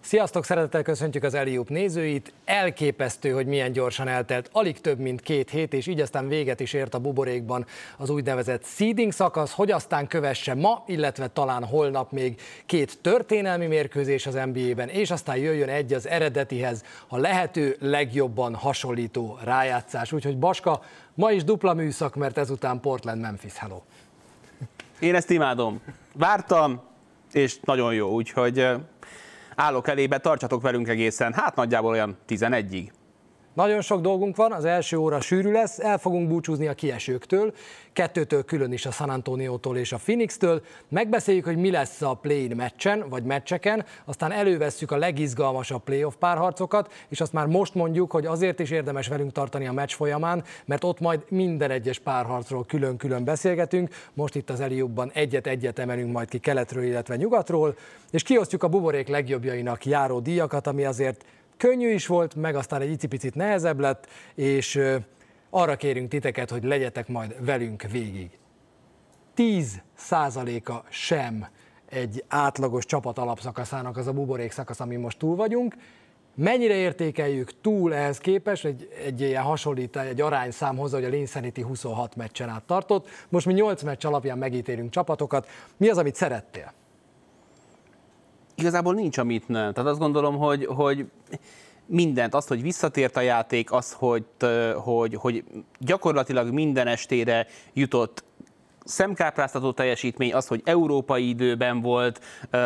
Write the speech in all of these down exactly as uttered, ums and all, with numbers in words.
Sziasztok, szeretettel köszöntjük az Alley-oop nézőit. Elképesztő, hogy milyen gyorsan eltelt alig több mint két hét, és így aztán véget is ért a buborékban az úgynevezett seeding szakasz, hogy aztán kövesse ma, illetve talán holnap még két történelmi mérkőzés az en bé á-ben, és aztán jöjjön egy az eredetihez a lehető legjobban hasonlító rájátszás. Úgyhogy Baska, ma is dupla műszak, mert ezután Portland-Memphis, hello! Én ezt imádom. Vártam, és nagyon jó, úgyhogy állok elébe, tartsatok velünk egészen, hát nagyjából olyan tizenegyig. Nagyon sok dolgunk van, az első óra sűrű lesz, el fogunk búcsúzni a kiesőktől, kettőtől külön is a San Antoniótól és a Phoenixtől, megbeszéljük, hogy mi lesz a play-in meccsen, vagy meccseken, aztán elővesszük a legizgalmasabb playoff párharcokat, és azt már most mondjuk, hogy azért is érdemes velünk tartani a meccs folyamán, mert ott majd minden egyes párharcról külön-külön beszélgetünk, most itt az Alley-oopban egyet-egyet emelünk majd ki keletről, illetve nyugatról, és kiosztjuk a buborék legjobbjainak járó díjakat, ami azért könnyű is volt, meg aztán egy icipicit nehezebb lett, és arra kérünk titeket, hogy legyetek majd velünk végig. tíz százaléka sem egy átlagos csapat alapszakaszának az a buborék szakasz, amin most túl vagyunk. Mennyire értékeljük túl ehhez képest, egy, egy ilyen hasonlítás, egy arányszám hozzá, hogy a Linsanity huszonhat meccsen át tartott. Most mi nyolc meccs alapján megítélünk csapatokat. Mi az, amit szerettél? Igazából nincs, amit nem. Tehát azt gondolom, hogy, hogy mindent, azt, hogy visszatért a játék, az, hogy, hogy, hogy gyakorlatilag minden estére jutott szemkápráztató teljesítmény, az, hogy európai időben volt,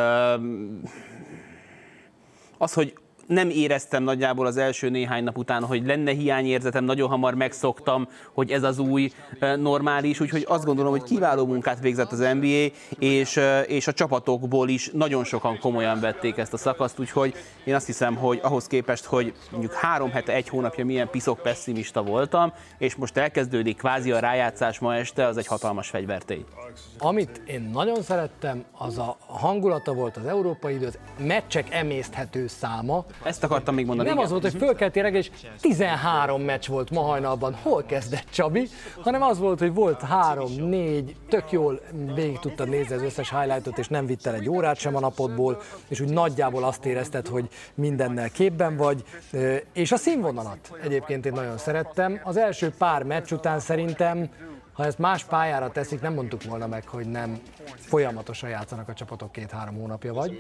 az, hogy nem éreztem nagyjából az első néhány nap után, hogy lenne hiányérzetem, nagyon hamar megszoktam, hogy ez az új normális, úgyhogy azt gondolom, hogy kiváló munkát végzett az en bé á, és, és a csapatokból is nagyon sokan komolyan vették ezt a szakaszt, úgyhogy én azt hiszem, hogy ahhoz képest, hogy mondjuk három hete, egy hónapja milyen piszok pessimista voltam, és most elkezdődik kvázi a rájátszás ma este, az egy hatalmas fegyvertény. Amit én nagyon szerettem, az a hangulata volt az európai idő, az meccsek emészthető száma. Ezt akartam még mondani. Nem igen. Az volt, hogy fölkeltél reggel, és tizenhárom meccs volt ma hajnalban. Hol kezdett Csabi? Hanem az volt, hogy volt három, négy, tök jól végig tudtad nézni az összes highlightot, és nem vittel egy órát sem a napodból, és úgy nagyjából azt érezted, hogy mindennel képben vagy. És a színvonalat egyébként én nagyon szerettem. Az első pár meccs után szerintem, ha ezt más pályára teszik, nem mondtuk volna meg, hogy nem folyamatosan játszanak a csapatok két-három hónapja vagy.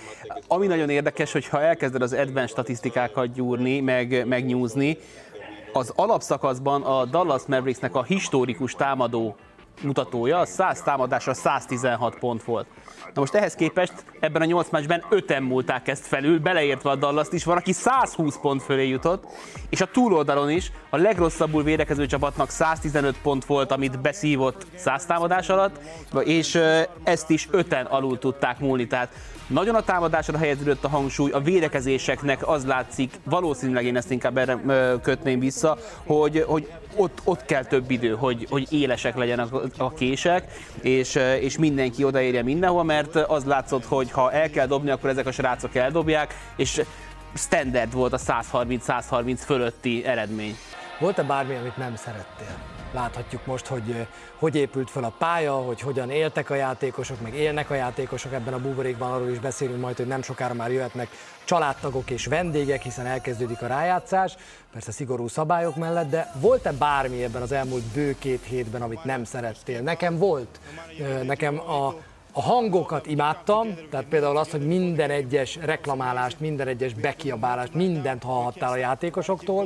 Ami nagyon érdekes, hogy ha elkezded az advanced statisztikákat gyúrni, meg, megnyúzni, az alapszakaszban a Dallas Mavericksnek a historikus támadó mutatója, a száz támadásra száztizenhat pont volt. Na most ehhez képest ebben a nyolc meccsben öten múlták ezt felül, beleértve a Dallast is, van, aki százhúsz pont fölé jutott, és a túloldalon is a legrosszabbul védekező csapatnak száztizenöt pont volt, amit beszívott száz támadás alatt, és ezt is öten alul tudták múlni. Tehát nagyon a támadásra helyeződött a hangsúly, a védekezéseknek az látszik, valószínűleg én ezt inkább erre kötném vissza, hogy, hogy ott, ott kell több idő, hogy, hogy élesek legyenek a kések, és, és mindenki odaérje mindenhol, mert az látszott, hogy ha el kell dobni, akkor ezek a srácok eldobják, és standard volt a száz harminc száz harminc fölötti eredmény. Volt-e bármi, amit nem szerettél? Láthatjuk most, hogy hogy épült fel a pálya, hogy hogyan éltek a játékosok, meg élnek a játékosok ebben a buborékban, arról is beszélünk majd, hogy nem sokára már jöhetnek családtagok és vendégek, hiszen elkezdődik a rájátszás, persze szigorú szabályok mellett, de volt-e bármi ebben az elmúlt bő két hétben, amit nem szerettél? Nekem volt. Nekem a A hangokat imádtam, tehát például az, hogy minden egyes reklamálást, minden egyes bekiabálást, mindent hallhattál a játékosoktól.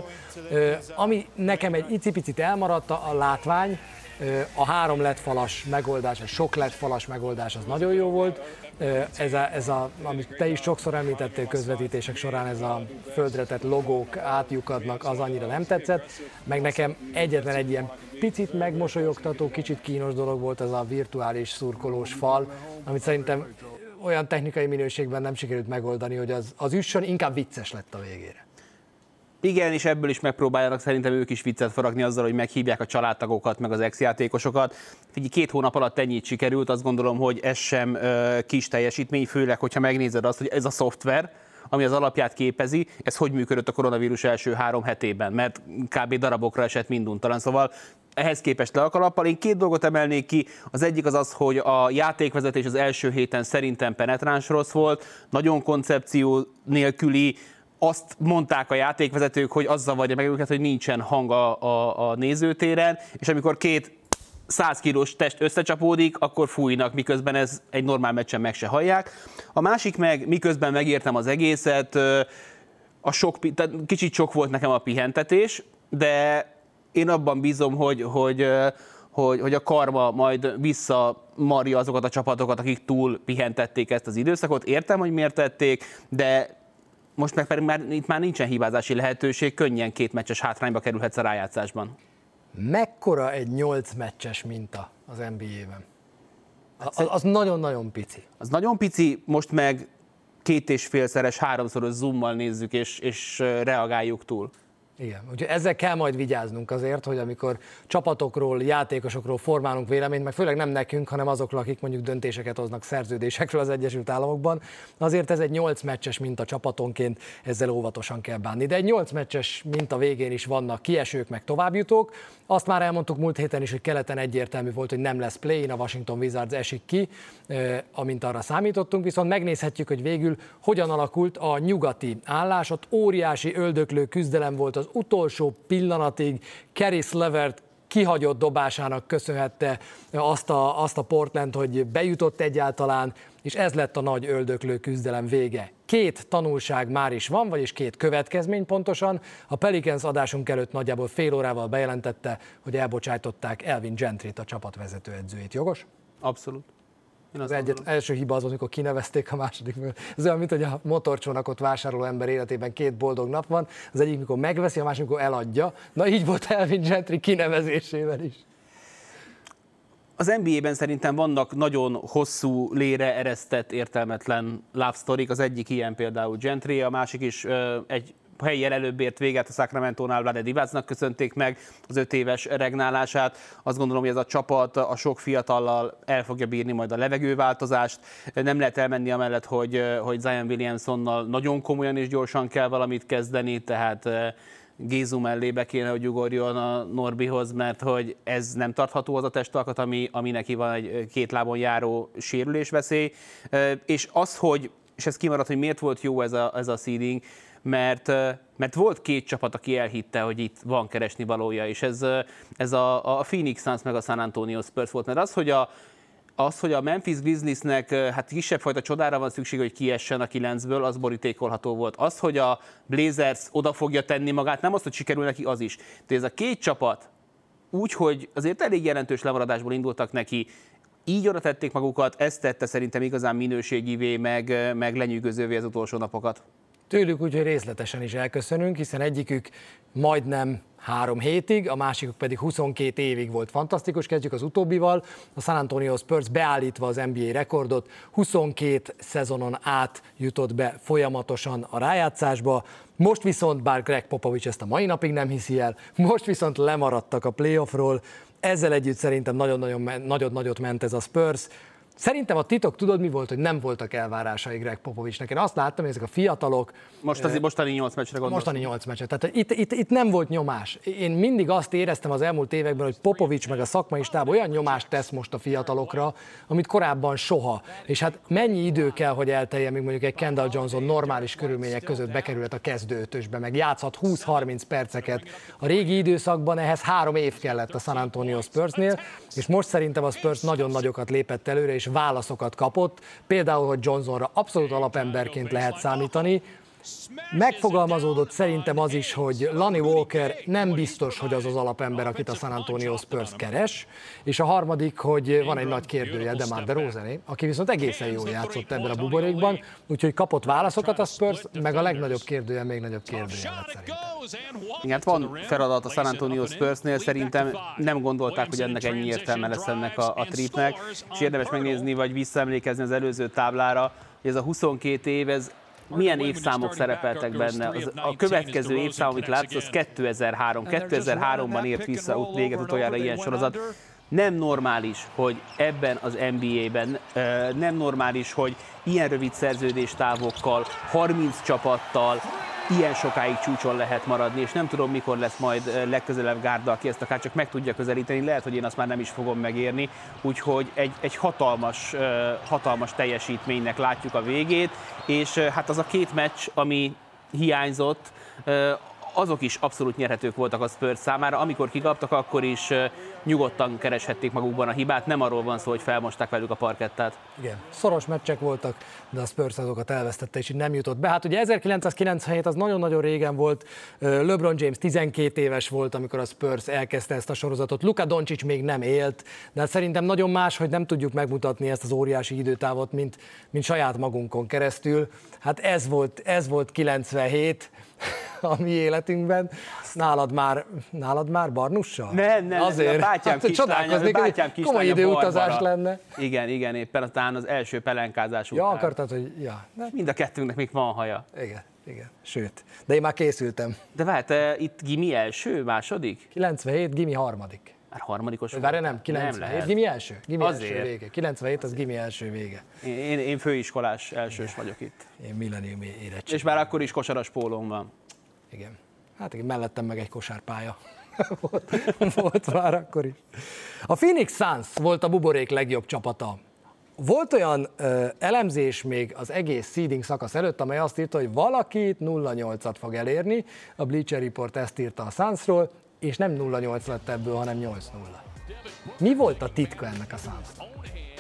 Ami nekem egy icipicit elmaradt, a látvány, a három ledfalas megoldás, a sok ledfalas megoldás az nagyon jó volt. Ez a, ez a, amit te is sokszor említettél közvetítések során, ez a földre tett logók átlyukadnak, az annyira nem tetszett. Meg nekem egyetlen egy ilyen picit megmosolyogtató, kicsit kínos dolog volt ez a virtuális szurkolós fal, amit szerintem olyan technikai minőségben nem sikerült megoldani, hogy az, az üssön, inkább vicces lett a végére. Igen, és ebből is megpróbáljanak szerintem ők is viccet faragni azzal, hogy meghívják a családtagokat, meg az ex-játékosokat. Figyelj, két hónap alatt ennyit sikerült, azt gondolom, hogy ez sem ö, kis teljesítmény, főleg, hogyha megnézed azt, hogy ez a szoftver, ami az alapját képezi, ez hogy működött a koronavírus első három hetében, mert kb. Darabokra esett minduntalan. Szóval ehhez képest le a kalappal. Én két dolgot emelnék ki. Az egyik az az, hogy a játékvezetés az első héten szerintem penetráns rossz volt, nagyon koncepció nélküli, azt mondták a játékvezetők, hogy az zavarja meg őket, hogy nincsen hang a, a, a nézőtéren, és amikor két száz kilós test összecsapódik, akkor fújnak, miközben ez egy normál meccsen meg se hallják. A másik meg, miközben megértem az egészet, a sok, kicsit sok volt nekem a pihentetés, de én abban bízom, hogy, hogy, hogy, hogy a karma majd visszamarja azokat a csapatokat, akik túl pihentették ezt az időszakot. Értem, hogy miért tették, de most meg pedig már, itt már nincsen hibázási lehetőség, könnyen két meccses hátrányba kerülhetsz a rájátszásban. Mekkora egy nyolc meccses minta az en bé á-ben? Az, az nagyon-nagyon pici. Az nagyon pici, most meg két és félszeres, háromszoros zoommal nézzük és, és reagáljuk túl. Igen, úgyhogy ezzel kell majd vigyáznunk azért, hogy amikor csapatokról, játékosokról formálunk véleményt, meg főleg nem nekünk, hanem azokról, akik mondjuk döntéseket hoznak szerződésekről az Egyesült Államokban, azért ez egy nyolc meccses minta csapatonként, ezzel óvatosan kell bánni. De egy nyolc meccses minta végén is vannak kiesők, meg továbbjutók. Azt már elmondtuk múlt héten is, hogy keleten egyértelmű volt, hogy nem lesz play-in, a Washington Wizards esik ki, amint arra számítottunk, viszont megnézhetjük, hogy végül hogyan alakult a nyugati állás. Ott óriási öldöklő küzdelem volt az utolsó pillanatig, Caris LeVert kihagyott dobásának köszönhette azt a, azt a Portland, hogy bejutott egyáltalán, és ez lett a nagy öldöklő küzdelem vége. Két tanulság már is van, vagyis két következmény pontosan. A Pelicans adásunk előtt nagyjából fél órával bejelentette, hogy elbocsájtották Elvin Gentryt, a csapat vezetőedzőjét. Jogos? Abszolút. Az egyet, első hiba az, amikor kinevezték, a második. Ez olyan, mint hogy a motorcsónakot vásároló ember életében két boldog nap van. Az egyik, mikor megveszi, a másik, mikor eladja. Na így volt Elvin Gentry kinevezésével is. Az en bé á-ben szerintem vannak nagyon hosszú lére eresztett, értelmetlen love storyk. Az egyik ilyen például Gentry, a másik is ö, egy helyen előbb ért véget a Sacramento-nál, Vlade Divacnak köszönték meg az öt éves regnálását. Azt gondolom, hogy ez a csapat a sok fiatallal el fogja bírni majd a levegőváltozást. Nem lehet elmenni amellett, hogy, hogy Zion Williamsonnal nagyon komolyan és gyorsan kell valamit kezdeni, tehát Gézu mellébe kéne, hogy ugorjon a Norbihoz, mert hogy ez nem tartható az a testalkat, ami, ami neki van egy két lábon járó sérülésveszély. És az, hogy, és ez kimaradt, hogy miért volt jó ez a, ez a seeding, Mert, mert volt két csapat, aki elhitte, hogy itt van keresni valója, és ez, ez a, a Phoenix Suns meg a San Antonio Spurs volt. Mert az, hogy a, az, hogy a Memphis Grizzliesnek hát kisebb fajta csodára van szükség, hogy kiessen a kilencből, az borítékolható volt. Az, hogy a Blazers oda fogja tenni magát, nem az, hogy sikerül neki, az is. De ez a két csapat úgy, hogy azért elég jelentős lemaradásból indultak neki, így oda tették magukat, ezt tette szerintem igazán minőségivé, meg, meg lenyűgözővé az utolsó napokat. Tőlük úgyhogy részletesen is elköszönünk, hiszen egyikük majdnem három hétig, a másikuk pedig huszonkét évig volt fantasztikus. Kezdjük az utóbbival. A San Antonio Spurs beállítva az en bé á rekordot, huszonkét szezonon át jutott be folyamatosan a rájátszásba. Most viszont, bár Greg Popovich ezt a mai napig nem hiszi el, most viszont lemaradtak a playoffról. Ezzel együtt szerintem nagyon-nagyot ment ez a Spurs. Szerintem a titok, tudod mi volt, hogy nem voltak elvárásai Greg Popovichnek. Én azt láttam, hogy ezek a fiatalok... Most az mostani nyolc meccsre gondolsz. Mostani nyolc meccsre. Tehát itt, itt, itt nem volt nyomás. Én mindig azt éreztem az elmúlt években, hogy Popovich meg a szakmai stáb olyan nyomást tesz most a fiatalokra, amit korábban soha. És hát mennyi idő kell, hogy elteljen, még mondjuk egy Kendall Johnson normális körülmények között bekerülhet a kezdőötösbe, meg játszhat húsz-harminc perceket. A régi időszakban ehhez három év kellett a San Antonio Spursnél, és most szerintem a Spurs nagyon nagyokat lépett előre, és válaszokat kapott, például, hogy Johnsonra abszolút alapemberként lehet számítani. Megfogalmazódott szerintem az is, hogy Lonnie Walker nem biztos, hogy az az alapember, akit a San Antonio Spurs keres, és a harmadik, hogy van egy nagy kérdője, DeMar DeRozané, aki viszont egészen jól játszott ebben a buborékban, úgyhogy kapott válaszokat a Spurs, meg a legnagyobb kérdője, még nagyobb kérdője lett szerintem. Igen, van feladat a San Antonio Spursnél, szerintem nem gondolták, hogy ennek ennyi értelme lesz ennek a, a tripnek, és érdemes megnézni, vagy visszaemlékezni az előző táblára, hogy ez a huszonkét év, ez milyen évszámok szerepeltek benne. Az, a következő évszám, amit látsz, az kétezer-három. kétezer-háromban ért vissza ut- véget utoljára ilyen sorozat. Nem normális, hogy ebben az en bé á-ben, nem normális, hogy ilyen rövid szerződéstávokkal, harminc csapattal ilyen sokáig csúcson lehet maradni, és nem tudom, mikor lesz majd legközelebb Gárda, aki ezt akár csak meg tudja közelíteni, lehet, hogy én azt már nem is fogom megérni, úgyhogy egy, egy hatalmas, hatalmas teljesítménynek látjuk a végét, és hát az a két meccs, ami hiányzott, azok is abszolút nyerhetők voltak a Spurs számára. Amikor kikaptak, akkor is nyugodtan kereshették magukban a hibát. Nem arról van szó, hogy felmosták velük a parkettát. Igen, szoros meccsek voltak, de a Spurs azokat elvesztette, és így nem jutott be. Hát ugye ezerkilencszázkilencvenhét az nagyon-nagyon régen volt. LeBron James tizenkét éves volt, amikor a Spurs elkezdte ezt a sorozatot. Luka Doncic még nem élt, de hát szerintem nagyon más, hogy nem tudjuk megmutatni ezt az óriási időtávot, mint, mint saját magunkon keresztül. Hát ez volt, ez volt kilencvenhét a mi életünkben. Nálad már, nálad már Barnussal? Nem, nem, azért. A bátyám hát, kislánya, bátyám kislánya komoly időutazás lenne. Igen, igen, éppen talán az első pelenkázás ja, után. akartad, hogy... Ja, nem. Mind a kettőnknek még van haja. Igen, igen, sőt. De én már készültem. De várj, te itt Gimi első, második? kilencvenhét, Gimi harmadik. Már harmadikos volt? Várj, nem, kilencvenhét, Gimi első. Gimi Azért. első vége. kilencvenhét az Gimi első vége. Én, én főiskolás elsős vagyok itt. Én milleniumi érettség. És már akkor is kosaras pólóm van. Igen. Hát igen, mellettem meg egy kosárpálya. volt, volt már akkor is. A Phoenix Suns volt a buborék legjobb csapata. Volt olyan ö, elemzés még az egész seeding szakasz előtt, amely azt írta, hogy valaki nulla nyolcat fog elérni. A Bleacher Report ezt írta a Sunsról, és nem nulla nyolc lett ebből, hanem nyolc nulla. Mi volt a titka ennek a Sunsnak?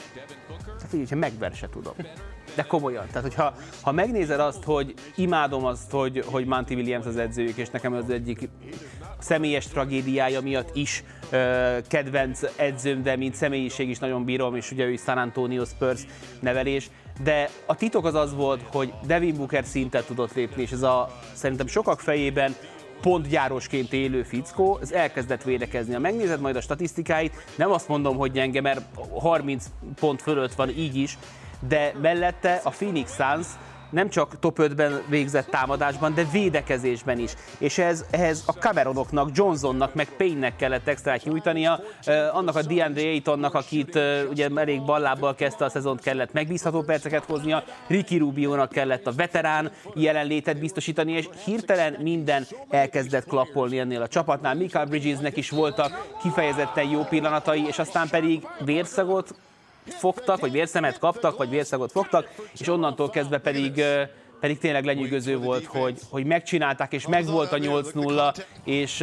Hát figyelj, ha megver se tudom. De komolyan. Tehát, hogyha ha megnézed azt, hogy imádom azt, hogy, hogy Monty Williams az edzőjük, és nekem az egyik személyes tragédiája miatt is ö, kedvenc edzőm, de mint személyiség is nagyon bírom, és ugye ő is San Antonio Spurs nevelés. De a titok az az volt, hogy Devin Booker szintet tudott lépni, és ez a szerintem sokak fejében pontgyárosként élő fickó, ez elkezdett védekezni. Ha megnézed majd a statisztikáit, nem azt mondom, hogy gyenge, mert harminc pont fölött van így is, de mellette a Phoenix Suns nem csak top ötben végzett támadásban, de védekezésben is. És ez, ehhez a Cameronoknak, Johnsonnak, meg Payne-nek kellett extrát nyújtania, eh, annak a DeAndre Aytonnak, akit eh, ugye elég ballábbal kezdte a szezont, kellett megbízható perceket hoznia, Ricky Rubio-nak kellett a veterán jelenlétet biztosítani, és hirtelen minden elkezdett klappolni ennél a csapatnál. Mikal Bridgesnek is voltak kifejezetten jó pillanatai, és aztán pedig vérszagot fogtak, vagy vérszemet kaptak, vagy vérszagot fogtak, és onnantól kezdve pedig, pedig tényleg lenyűgöző volt, hogy, hogy megcsinálták, és megvolt a nyolc nulla, és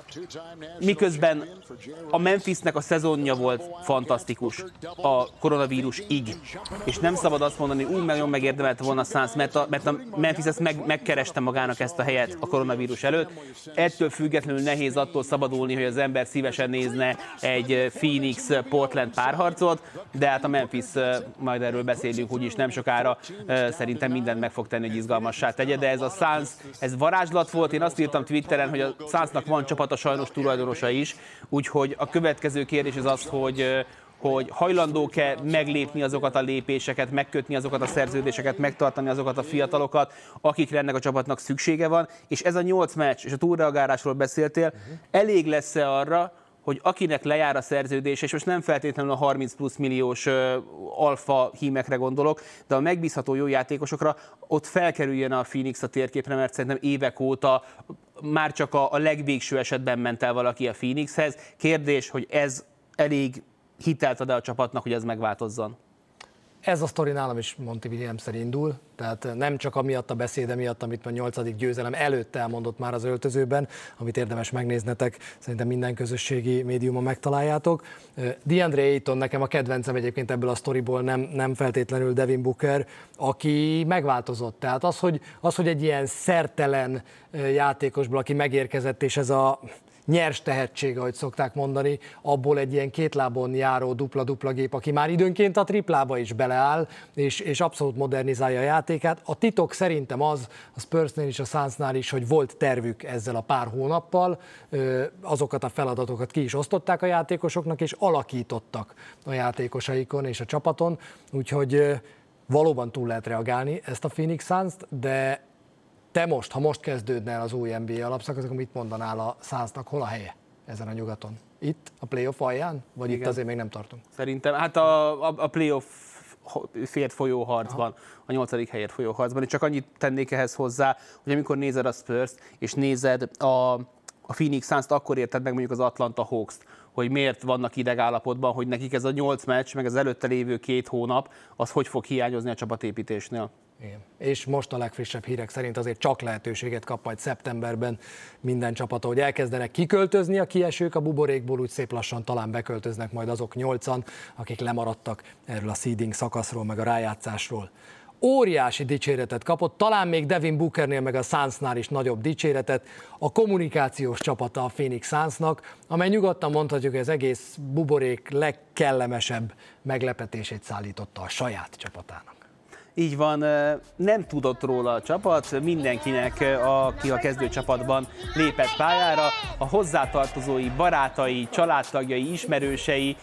miközben a Memphisnek a szezonja volt fantasztikus a koronavírusig, és nem szabad azt mondani, úgy nagyon megérdemelte volna a Suns, mert a, mert a Memphis ezt meg, megkereste magának ezt a helyet a koronavírus előtt. Ettől függetlenül nehéz attól szabadulni, hogy az ember szívesen nézne egy Phoenix-Portland párharcot, de hát a Memphis, majd erről beszélünk úgyis nem sokára, szerintem mindent meg fog tenni, hogy izgalmassá tegye, de ez a Suns, ez varázslat volt. Én azt írtam Twitteren, hogy a Sunsnak van csapata, sajnos tulajdonosa is, úgyhogy a következő kérdés az az, hogy hogy hajlandók-e meglépni azokat a lépéseket, megkötni azokat a szerződéseket, megtartani azokat a fiatalokat, akikre ennek a csapatnak szüksége van, és ez a nyolc meccs, és a túlreagálásról beszéltél, elég lesz-e arra, hogy akinek lejár a szerződés, és most nem feltétlenül a harminc plusz milliós uh, alfa hímekre gondolok, de a megbízható jó játékosokra ott felkerüljön a Phoenix a térképre, mert szerintem évek óta már csak a, a legvégső esetben ment el valaki a Phoenixhez. Kérdés, hogy ez elég hitelt ad a csapatnak, hogy ez megváltozzon. Ez a sztori nálam is Monty Williams-szel indul, tehát nem csak amiatt a beszéde miatt, amit a nyolcadik győzelem előtt elmondott már az öltözőben, amit érdemes megnéznetek, szerintem minden közösségi médiumon megtaláljátok. DeAndre Ayton nekem a kedvencem egyébként ebből a sztoriból, nem, nem feltétlenül Devin Booker, aki megváltozott. Tehát az, hogy, az, hogy egy ilyen szertelen játékosból, aki megérkezett, és ez a nyers tehetség, ahogy szokták mondani, abból egy ilyen két lábon járó dupla-dupla gép, aki már időnként a triplába is beleáll, és, és abszolút modernizálja a játékát. A titok szerintem az, a Spursnél is, a Sunsnál is, hogy volt tervük ezzel a pár hónappal, azokat a feladatokat ki is osztották a játékosoknak, és alakítottak a játékosaikon és a csapaton, úgyhogy valóban túl lehet reagálni ezt a Phoenix Suns-t, de te most, ha most kezdődne el az új en bé á alapszakasz, akkor mit mondanál a Sunsnak, hol a helye ezen a nyugaton? Itt, a playoff alján? Vagy igen, itt azért még nem tartunk? Szerintem, hát a, a, a playoff fért folyó harcban, a nyolcadik helyért folyó harcban. És csak annyit tennék ehhez hozzá, hogy amikor nézed a Spurs-t, és nézed a, a Phoenix Suns-t, akkor érted meg mondjuk az Atlanta Hawks-t, hogy miért vannak idegállapotban, hogy nekik ez a nyolc meccs, meg az előtte lévő két hónap, az hogy fog hiányozni a csapatépítésnél. Igen. És most a legfrissebb hírek szerint azért csak lehetőséget kap majd szeptemberben minden csapata, hogy elkezdenek kiköltözni a kiesők a buborékból, úgy szép lassan talán beköltöznek majd azok nyolcan, akik lemaradtak erről a seeding szakaszról, meg a rájátszásról. Óriási dicséretet kapott, talán még Devin Bookernél meg a Sunsnál is nagyobb dicséretet, a kommunikációs csapata a Phoenix Sunsnak, amely nyugodtan mondhatjuk, hogy az egész buborék legkellemesebb meglepetését szállította a saját csapatának. Így van, nem tudott róla a csapat, mindenkinek, aki a kezdőcsapatban lépett pályára, a hozzátartozói, barátai, családtagjai, ismerősei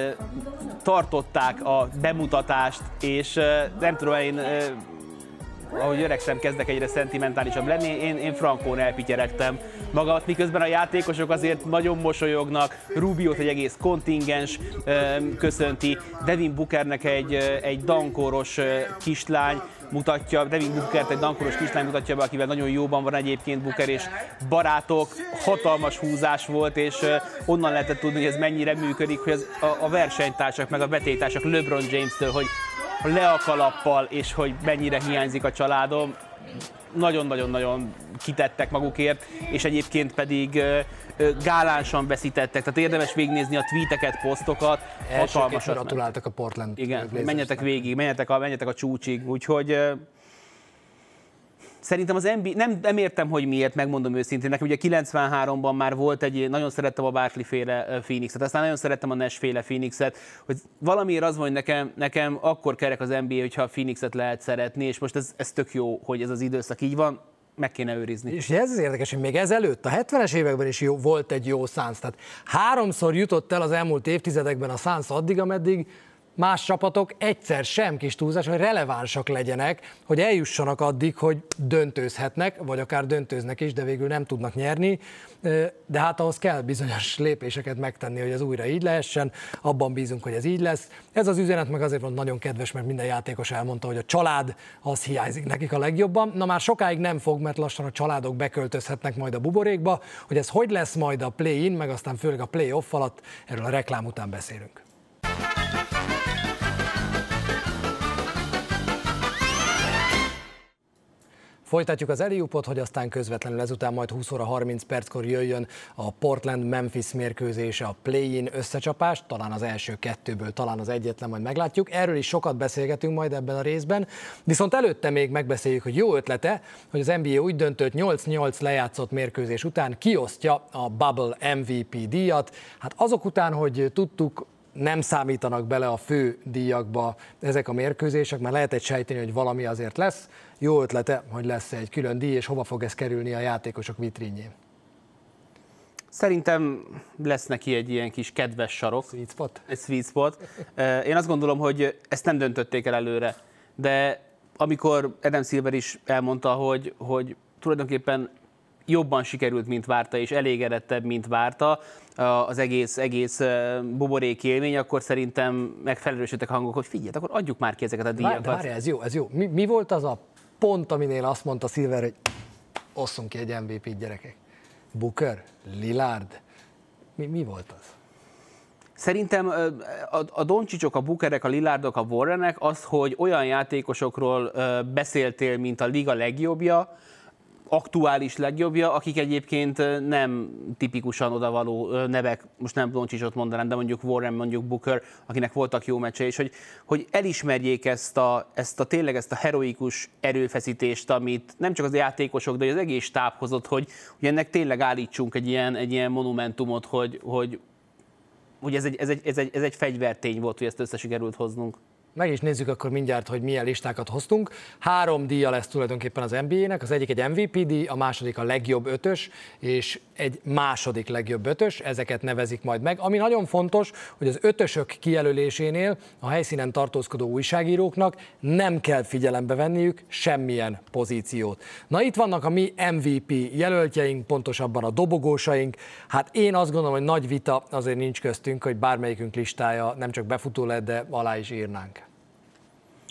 tartották a bemutatást, és nem tudom, én, ahogy öregszem, kezdek egyre szentimentálisabb lenni, én, én frankón elpityeregtem magamat, miközben a játékosok azért nagyon mosolyognak, Rubiót egy egész kontingens köszönti, Devin Bookernek egy, egy dankóros kislány mutatja, Devin Bookert egy dankóros kislány mutatja be, akivel nagyon jóban van egyébként Booker, és barátok, hatalmas húzás volt, és onnan lehetett tudni, hogy ez mennyire működik, hogy ez a, a versenytársak, meg a vetélytársak LeBron James-től, hogy le a kalappal, és hogy mennyire hiányzik a családom. Nagyon-nagyon-nagyon kitettek magukért, és egyébként pedig gálánsan veszítettek, tehát érdemes végignézni a tweeteket, posztokat. Elsőként gratuláltak a Portland. Igen, menjetek végig, menjetek a, menjetek a csúcsig, úgyhogy szerintem az en bé á, nem, nem értem, hogy miért, megmondom őszintén, nekem ugye kilencvenháromban már volt egy, nagyon szerettem a Barkley-féle Phoenixet, aztán nagyon szerettem a Nash-féle Phoenixet, hogy valamiért az van, hogy nekem, nekem akkor kerek az en bé á, hogyha a Phoenixet lehet szeretni, és most ez, ez tök jó, hogy ez az időszak így van, meg kéne őrizni. És ez az érdekes, hogy még ezelőtt, a hetvenes években is jó, volt egy jó Suns, tehát háromszor jutott el az elmúlt évtizedekben a Suns addig, ameddig más csapatok egyszer sem, kis túlzás, hogy relevánsak legyenek, hogy eljussanak addig, hogy döntőzhetnek, vagy akár döntőznek is, de végül nem tudnak nyerni, de hát ahhoz kell bizonyos lépéseket megtenni, hogy ez újra így lehessen, abban bízunk, hogy ez így lesz. Ez az üzenet meg azért van nagyon kedves, mert minden játékos elmondta, hogy a család az hiányzik nekik a legjobban. Na már sokáig nem fog, mert lassan a családok beköltözhetnek majd a buborékba, hogy ez hogy lesz majd a play-in, meg aztán főleg a play-off alatt, erről a reklám után beszélünk. Folytatjuk az alley-oopot, hogy aztán közvetlenül ezután majd húsz óra harminc perckor jöjjön a Portland-Memphis mérkőzése, a play-in összecsapás, talán az első kettőből, talán az egyetlen, majd meglátjuk. Erről is sokat beszélgetünk majd ebben a részben, viszont előtte még megbeszéljük, hogy jó ötlete, hogy az en bé á úgy döntött, nyolc nyolc lejátszott mérkőzés után kiosztja a Bubble em vé pé díjat. Hát azok után, hogy tudtuk, nem számítanak bele a fő díjakba ezek a mérkőzések, mert lehet egy sejteni, hogy valami azért lesz. Jó ötlete, hogy lesz egy külön díj, és hova fog ez kerülni a játékosok vitrínjén? Szerintem lesz neki egy ilyen kis kedves sarok. Sweet spot? Egy sweet spot. Én azt gondolom, hogy ezt nem döntötték el előre, de amikor Adam Silver is elmondta, hogy, hogy tulajdonképpen jobban sikerült, mint várta, és elégedettebb, mint várta az egész, egész buborék élmény, akkor szerintem megfelelősödtek hangok, hogy figyelj, akkor adjuk már ki ezeket a díjakat. Várjál, ez jó, ez jó. Mi, mi volt az a pont, aminél azt mondta Silver, hogy osszunk ki egy em vé pét, gyerekek? Booker? Lillard? Mi, mi volt az? Szerintem a, a Doncsicsok, a Bookerek, a Lillardok, a Warrenek az, hogy olyan játékosokról beszéltél, mint a liga legjobbja, aktuális legjobbja, akik egyébként nem tipikusan odavaló nevek, most nem Doncsicsot mondanám, de mondjuk Warren, mondjuk Booker, akinek voltak jó meccse, és hogy, hogy elismerjék ezt a, ezt a tényleg ezt a heroikus erőfeszítést, amit nem csak az játékosok, de az egész stáb hozott, hogy, hogy ennek tényleg állítsunk egy ilyen, egy ilyen monumentumot, hogy, hogy, hogy ez, egy, ez, egy, ez, egy, ez egy fegyvertény volt, hogy ezt össze sikerült hoznunk. Meg is nézzük akkor mindjárt, hogy milyen listákat hoztunk. Három díja lesz tulajdonképpen az en bé á-nek, az egyik egy em vé pé díj, a második a legjobb ötös, és egy második legjobb ötös, ezeket nevezik majd meg. Ami nagyon fontos, hogy az ötösök kijelölésénél a helyszínen tartózkodó újságíróknak nem kell figyelembe venniük semmilyen pozíciót. Na itt vannak a mi em vé pé jelöltjeink, pontosabban a dobogósaink. Hát én azt gondolom, hogy nagy vita azért nincs köztünk, hogy bármelyikünk listája nem csak befutó lett, de alá is írnánk.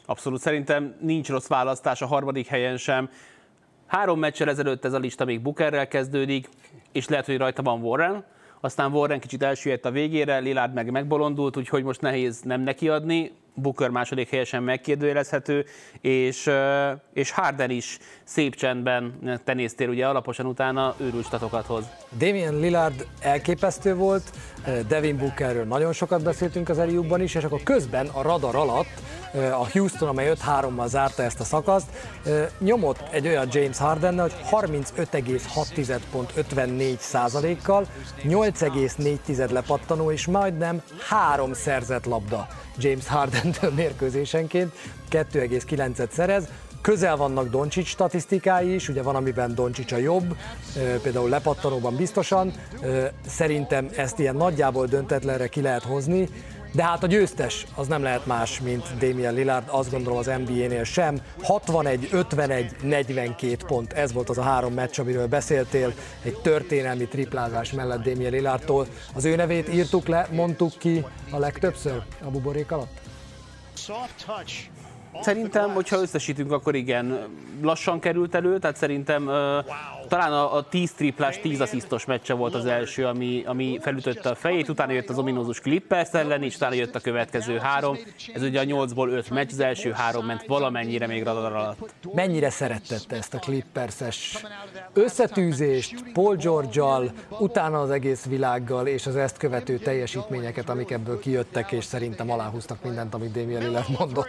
Abszolút, szerintem nincs rossz választás a harmadik helyen sem. Három meccsel ezelőtt ez a lista még Bookerrel kezdődik, és lehet, hogy rajta van Warren. Aztán Warren kicsit elsüllyedt a végére, Lillard meg megbolondult, úgyhogy most nehéz nem nekiadni. Booker második helyesen megkérdőjelezhető, és, és Harden is szép csendben tenésztél ugye alaposan utána őrült statokat hoz. Damian Lillard elképesztő volt, Devin Bookerről nagyon sokat beszéltünk az eljúbban is, és akkor közben a radar alatt a Houston, amely öt hárommal zárta ezt a szakaszt, nyomott egy olyan James Hardennel, hogy harmincöt egész hat pont ötvennégy százalékkal, nyolc egész négy lepattanó, és majdnem három szerzett labda James Hardentől mérkőzésenként, kettő egész kilencet szerez. Közel vannak Doncic statisztikái is, ugye van, amiben Doncic a jobb, például lepattanóban biztosan, szerintem ezt ilyen nagyjából döntetlenre ki lehet hozni, de hát a győztes az nem lehet más, mint Damian Lillard, azt gondolom az en bé á-nél sem. hatvanegy, ötvenegy, negyvenkét pont, ez volt az a három meccs, amiről beszéltél, egy történelmi triplázás mellett Damian Lillardtól. Az ő nevét írtuk le, mondtuk ki a legtöbbször a buborék alatt? Szerintem, hogyha összesítünk, akkor igen, lassan került elő, tehát szerintem uh, talán a, a tíz triplás, tíz asszisztos meccse volt az első, ami, ami felütötte a fejét, utána jött az ominózus Clippers ellen, és utána jött a következő három. Ez ugye a nyolcból öt meccs, az első három ment valamennyire még radar alatt. Mennyire szerettette ezt a Clippers-es összetűzést Paul George-al, utána az egész világgal, és az ezt követő teljesítményeket, amik ebből kijöttek, és szerintem aláhúztak mindent, amit Damian Lillard mondott.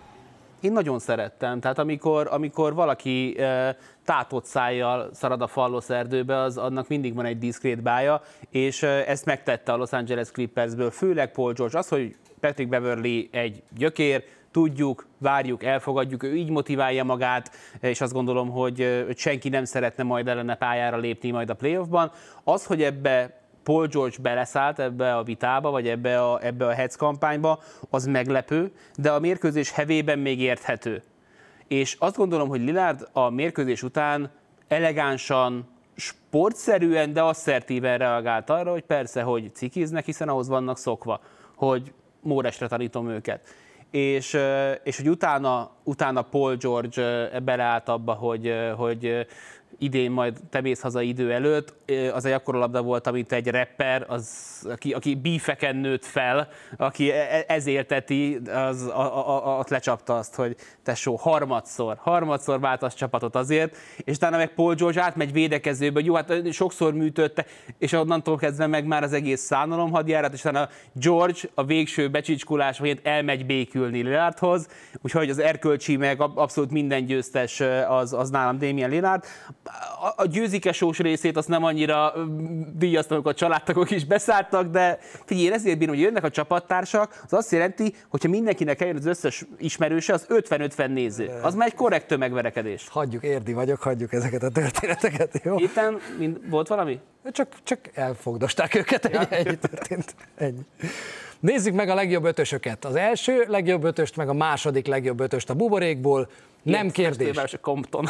Én nagyon szerettem, tehát amikor, amikor valaki e, tátott szájjal szarad a fallos erdőbe, az annak mindig van egy diszkrét bája, és e, ezt megtette a Los Angeles Clippersből, főleg Paul George. Az, hogy Patrick Beverley egy gyökér, tudjuk, várjuk, elfogadjuk, ő így motiválja magát, és azt gondolom, hogy, hogy senki nem szeretne majd ellene pályára lépni majd a playoffban. Az, hogy ebbe Paul George beleszállt ebbe a vitába, vagy ebbe a, ebbe a Heads kampányba, az meglepő, de a mérkőzés hevében még érthető. És azt gondolom, hogy Lillard a mérkőzés után elegánsan, sportszerűen, de asszertíven reagált arra, hogy persze, hogy cikiznek, hiszen ahhoz vannak szokva, hogy Móresre tanítom őket. És, és hogy utána, utána Paul George beleállt abba, hogy, hogy idén majd te mész haza idő előtt, az egy akkora labda volt, amit egy rapper, az, aki, aki bífeken nőtt fel, aki ez élteti, az a, a, a, ott lecsapta azt, hogy tesó, harmadszor, harmadszor váltasz csapatot azért, és utána meg Paul George átmegy védekezőbe, jó, hát sokszor műtötte, és onnantól kezdve meg már az egész szánalom hadjárat, és utána George a végső becsicskulás vagy elmegy békülni Lillardhoz, úgyhogy az erkölcsi meg abszolút minden győztes az, az nálam Damian Lillard. A győzikesós részét azt nem annyira díjaztam, amikor a családtagok is beszálltak, de figyelj, én ezért bírom, hogy jönnek a csapattársak, az azt jelenti, hogyha mindenkinek eljön az összes ismerőse, az ötven-ötven néző. Az már egy korrekt tömegverekedés. Hagyjuk, érdi vagyok, hagyjuk ezeket a történeteket, jó? Éppen mind, volt valami? Csak, csak elfogdosták őket, ennyi, ennyi történt. Ennyi. Nézzük meg a legjobb ötösöket. Az első legjobb ötöst, meg a második legjobb ötöst a buborékból. Nem Ilyet, kérdés. Nem a Compton.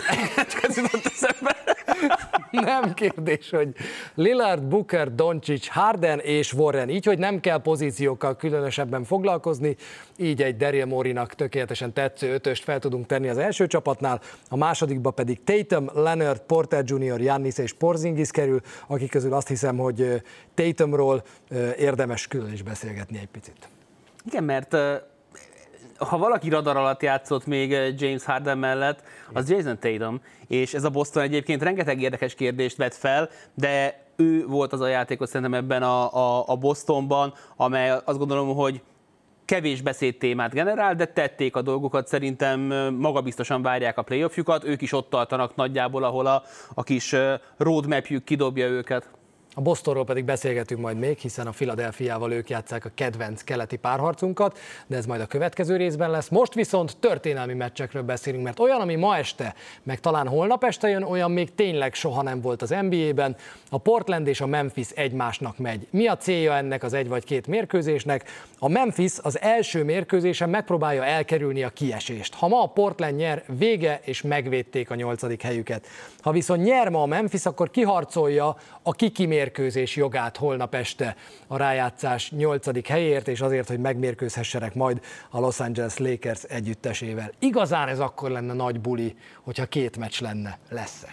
Nem kérdés, hogy Lillard, Booker, Doncic, Harden és Warren. Így, hogy nem kell pozíciókkal különösebben foglalkozni, így egy Daryl Morey-nak tökéletesen tetsző ötöst fel tudunk tenni az első csapatnál, a másodikba pedig Tatum, Leonard, Porter junior, Giannis és Porzingis kerül, akik közül azt hiszem, hogy Tatumról érdemes külön is beszélgetni egy picit. Igen, mert ha valaki radar alatt játszott még James Harden mellett, az Jason Tatum, és ez a Boston egyébként rengeteg érdekes kérdést vett fel, de ő volt az a játékos szerintem ebben a, a, a Bostonban, amely azt gondolom, hogy kevés beszédtémát generál, de tették a dolgokat, szerintem magabiztosan várják a playoffjukat, ők is ott tartanak nagyjából, ahol a, a kis roadmapjük kidobja őket. A Bostonról pedig beszélgetünk majd még, hiszen a Philadelphiával ők játsszák a kedvenc keleti párharcunkat, de ez majd a következő részben lesz. Most viszont történelmi meccsekről beszélünk, mert olyan, ami ma este, meg talán holnap este jön, olyan még tényleg soha nem volt az en bé á-ben. A Portland és a Memphis egymásnak megy. Mi a célja ennek az egy vagy két mérkőzésnek? A Memphis az első mérkőzésen megpróbálja elkerülni a kiesést. Ha ma a Portland nyer, vége, és megvédték a nyolcadik helyüket. Ha viszont nyer ma a Memphis, akkor kiharcolja a kiki mérkőzést mérkőzés jogát holnap este a rájátszás nyolcadik helyért, és azért, hogy megmérkőzhessenek majd a Los Angeles Lakers együttesével. Igazán ez akkor lenne nagy buli, hogyha két meccs lenne, lesz-e?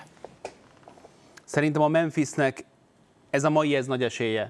Szerintem a Memphisnek ez a mai, ez nagy esélye.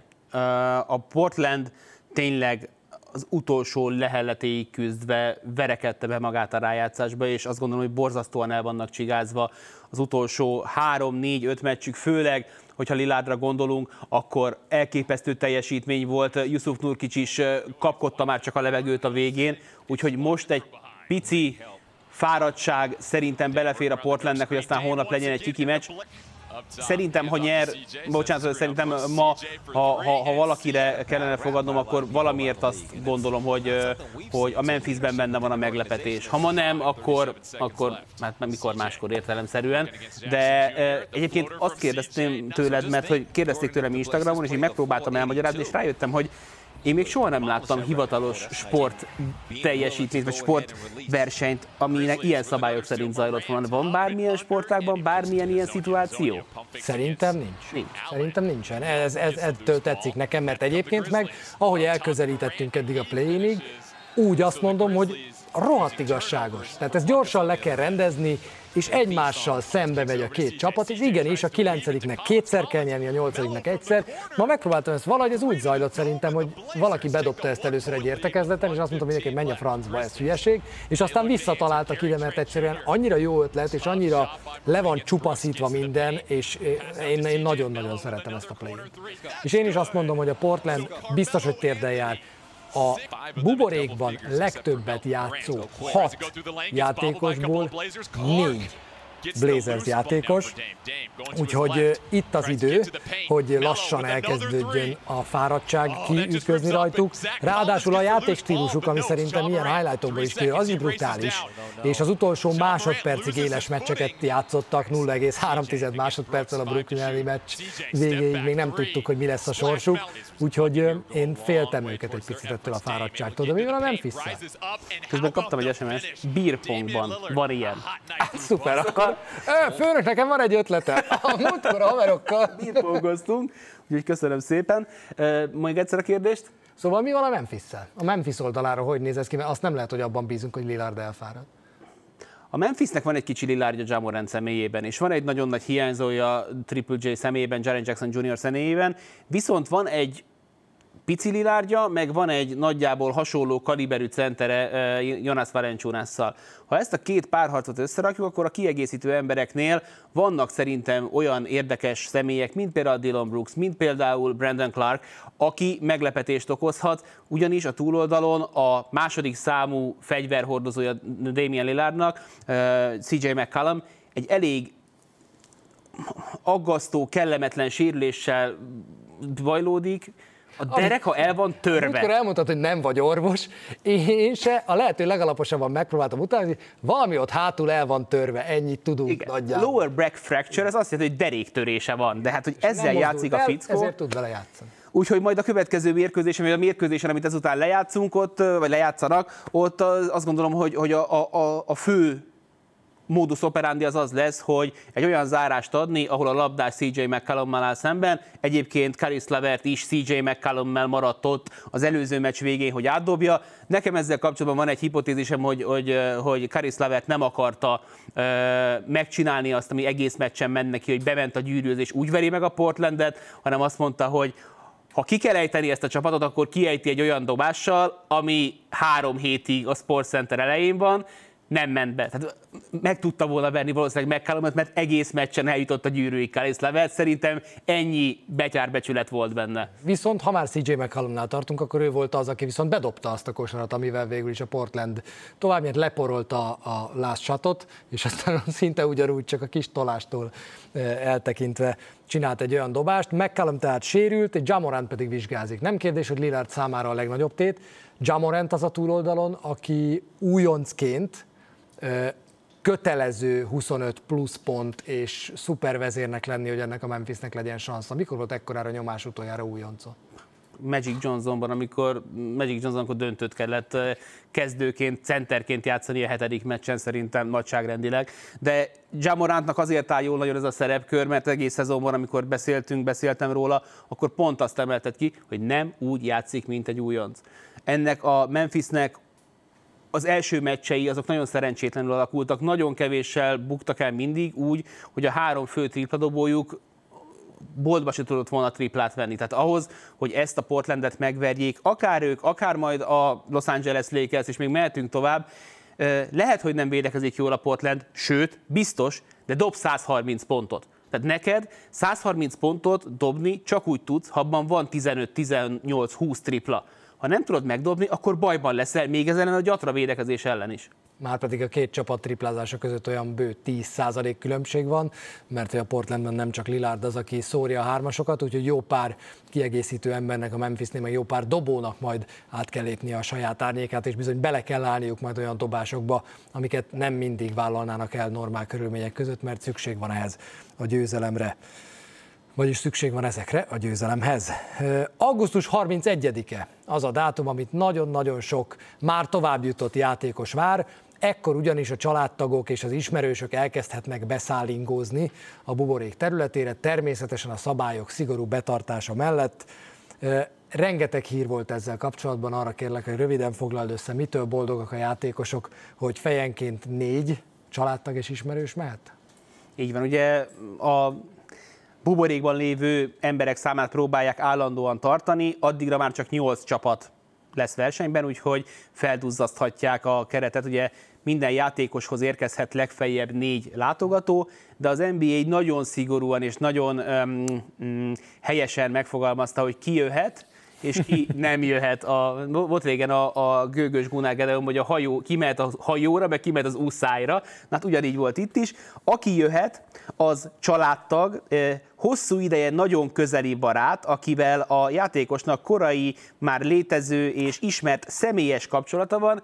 A Portland tényleg az utolsó lehelletéig küzdve verekedte be magát a rájátszásba, és azt gondolom, hogy borzasztóan el vannak csigázva az utolsó három, négy, öt meccsük, főleg, hogyha Lillardra gondolunk, akkor elképesztő teljesítmény volt, Jusuf Nurkic is kapkodta már csak a levegőt a végén, úgyhogy most egy pici fáradtság szerintem belefér a Portlandnek, hogy aztán holnap legyen egy kiki meccs. Szerintem, ha nyer, bocsánat, szerintem ma, ha, ha, ha valakire kellene fogadnom, akkor valamiért azt gondolom, hogy, hogy a Memphisben benne van a meglepetés. Ha ma nem, akkor, akkor hát mikor máskor értelemszerűen. De egyébként azt kérdeztem tőled, mert hogy kérdezték tőlem Instagramon, és én megpróbáltam elmagyarázni, és rájöttem, hogy én még soha nem láttam hivatalos sport teljesítményt, vagy sportversenyt, aminek ilyen szabályok szerint zajlott volna. Van bármilyen sportágban bármilyen ilyen szituáció? Szerintem nincs. nincs. Szerintem nincsen. Ez, ez, ettől tetszik nekem, mert egyébként meg, ahogy elközelítettünk eddig a play-inig, úgy azt mondom, hogy rohadt igazságos. Tehát ezt gyorsan le kell rendezni, és egymással szembe megy a két csapat, és igenis a kilencediknek kétszer kell nyerni, a nyolcadiknek egyszer. Ma megpróbáltam ezt valahogy, ez úgy zajlott szerintem, hogy valaki bedobta ezt először egy értekezleten, és azt mondta mindenki, hogy menj a francba, ez hülyeség, és aztán visszataláltak ide, mert egyszerűen annyira jó ötlet, és annyira le van csupaszítva minden, és én, én nagyon-nagyon szeretem ezt a play-t. És én is azt mondom, hogy a Portland biztos, hogy térdel jár. A buborékban legtöbbet játszó hat játékosból négy Blazers játékos, úgyhogy itt az idő, hogy lassan elkezdődjön a fáradtság kiütközni rajtuk. Ráadásul a játékstílusuk, ami szerintem ilyen highlightokból is tűr, az is brutális, és az utolsó másodpercig éles meccseket játszottak, nulla egész három másodperccel a Brooklyn elleni meccs végéig, még nem tudtuk, hogy mi lesz a sorsuk, úgyhogy én féltem őket egy picit ettől a fáradtságtól, de mi van a Memphis-szel? Közben kaptam egy es em es-t, beerpongban van ilyen. Hát szuper, akkor főnök, nekem van egy ötletem. A múltkor a haverokkal beerpongoztunk, úgyhogy köszönöm szépen. Mondjuk egyszer a kérdést? Szóval mi van a Memphis-szel? A Memphis oldaláról hogy néz ez ki, mert azt nem lehet, hogy abban bízunk, hogy Lillard elfárad. A Memphisnek van egy kicsi Lillardja Ja Morant személyében, és van egy nagyon nagy hiányzója Triple J személyében, Jaren Jackson junior személyében, viszont van egy pici Lillardja, meg van egy nagyjából hasonló kaliberű centere Jonas Valanciunasszal. Ha ezt a két párharcot összerakjuk, akkor a kiegészítő embereknél vannak szerintem olyan érdekes személyek, mint például Dillon Brooks, mint például Brandon Clark, aki meglepetést okozhat, ugyanis a túloldalon a második számú fegyverhordozója Damian Lillardnak, cé jé McCollum, egy elég aggasztó, kellemetlen sérüléssel bajlódik. A derek, ha el van törve. Amikor elmondtad, hogy nem vagy orvos, én se a lehető legalaposabban megpróbáltam utáni, valami ott hátul el van törve, ennyit tudunk. Igen. Nagyjából. Lower back fracture, ez azt jelenti, hogy deréktörése van, de hát, hogy ezzel játszik a fickó. Ezért tud vele játszani. Úgyhogy majd a következő mérkőzésen, vagy a mérkőzésen, amit ezután lejátszunk ott, vagy lejátszanak, ott azt gondolom, hogy, hogy a, a, a fő modus operandi az az lesz, hogy egy olyan zárást adni, ahol a labdás cé jé McCollummal áll szemben. Egyébként Caris LeVert is cé jé McCollummel maradt ott az előző meccs végén, hogy átdobja. Nekem ezzel kapcsolatban van egy hipotézisem, hogy, hogy, hogy Caris LeVert nem akarta uh, megcsinálni azt, ami egész meccsen ment neki, hogy bement a gyűrűhöz és úgy veri meg a Portlandet, hanem azt mondta, hogy ha ki kell ejteni ezt a csapatot, akkor kiejti egy olyan dobással, ami három hétig a Sports Center elején van, nem ment be. Tehát meg tudta volna verni valószínűleg McCollumot, mert egész meccsen eljutott a gyűrűig Caris LeVert. Szerintem ennyi betyárbecsület volt benne. Viszont ha már cé jé McCollumnál tartunk, akkor ő volt az, aki viszont bedobta azt a kosarat, amivel végül is a Portland továbbnyert leporolta a last shotot, és aztán szinte ugyanúgy csak a kis tolástól eltekintve csinált egy olyan dobást. McCollum tehát sérült, Ja Morant pedig vizsgázik. Nem kérdés, hogy Lillard számára a legnagyobb tét. Ja Morant az a túloldalon, aki újoncként kötelező huszonöt plusz pont és szupervezérnek lenni, hogy ennek a Memphisnek legyen sansza. Mikor volt ekkorára nyomás utoljára újoncon? Magic Johnsonban, amikor Magic Johnson akkor döntőt kellett kezdőként, centerként játszani a hetedik meccsen szerintem nagyságrendileg. De Ja Morantnak azért áll jól nagyon ez a szerepkör, mert egész szezonban, amikor beszéltünk, beszéltem róla, akkor pont azt emelted ki, hogy nem úgy játszik, mint egy újonc. Ennek a Memphisnek az első meccsei azok nagyon szerencsétlenül alakultak, nagyon kevéssel buktak el mindig úgy, hogy a három fő tripladobójuk boltba se tudott volna triplát venni. Tehát ahhoz, hogy ezt a Portlandet megverjék, akár ők, akár majd a Los Angeles Lakers, és még mehetünk tovább, lehet, hogy nem védekezik jól a Portland, sőt, biztos, de dob száz harminc pontot. Tehát neked száz harminc pontot dobni csak úgy tudsz, ha abban van tizenöt, tizennyolc, húsz tripla. Ha nem tudod megdobni, akkor bajban leszel, még ezen a gyatra védekezés ellen is. Márpedig a két csapat triplázása között olyan bő tíz százalék különbség van, mert a Portlandben nem csak Lillard az, aki szórja a hármasokat, úgyhogy jó pár kiegészítő embernek a Memphisnél, meg jó pár dobónak majd át kell lépnie a saját árnyékát, és bizony bele kell állniuk majd olyan dobásokba, amiket nem mindig vállalnának el normál körülmények között, mert szükség van ehhez a győzelemre. Vagyis szükség van ezekre a győzelemhez. augusztus harmincegyedike az a dátum, amit nagyon-nagyon sok már továbbjutott játékos vár, ekkor ugyanis a családtagok és az ismerősök elkezdhetnek beszállingózni a buborék területére, természetesen a szabályok szigorú betartása mellett. Rengeteg hír volt ezzel kapcsolatban, arra kérlek, hogy röviden foglald össze, mitől boldogak a játékosok, hogy fejenként négy családtag és ismerős mehet? Így van, ugye a buborékban lévő emberek számát próbálják állandóan tartani, addigra már csak nyolc csapat lesz versenyben, úgyhogy felduzzaszthatják a keretet. Ugye minden játékoshoz érkezhet legfeljebb négy látogató, de az en bé á nagyon szigorúan és nagyon um, um, helyesen megfogalmazta, hogy ki jöhet, és ki nem jöhet. A, volt régen a, a gőgös Gunnar Gedeon, hogy a hajó, ki mehet a hajóra, meg ki mehet az úszájra. Hát ugyanígy volt itt is. Aki jöhet, az családtag, hosszú ideje nagyon közeli barát, akivel a játékosnak korai, már létező és ismert személyes kapcsolata van,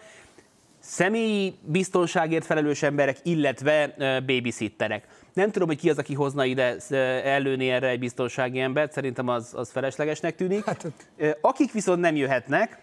személyi biztonságért felelős emberek, illetve babysitterek. Nem tudom, hogy ki az, aki hozna ide előni erre egy biztonsági embert, szerintem az, az feleslegesnek tűnik. Akik viszont nem jöhetnek,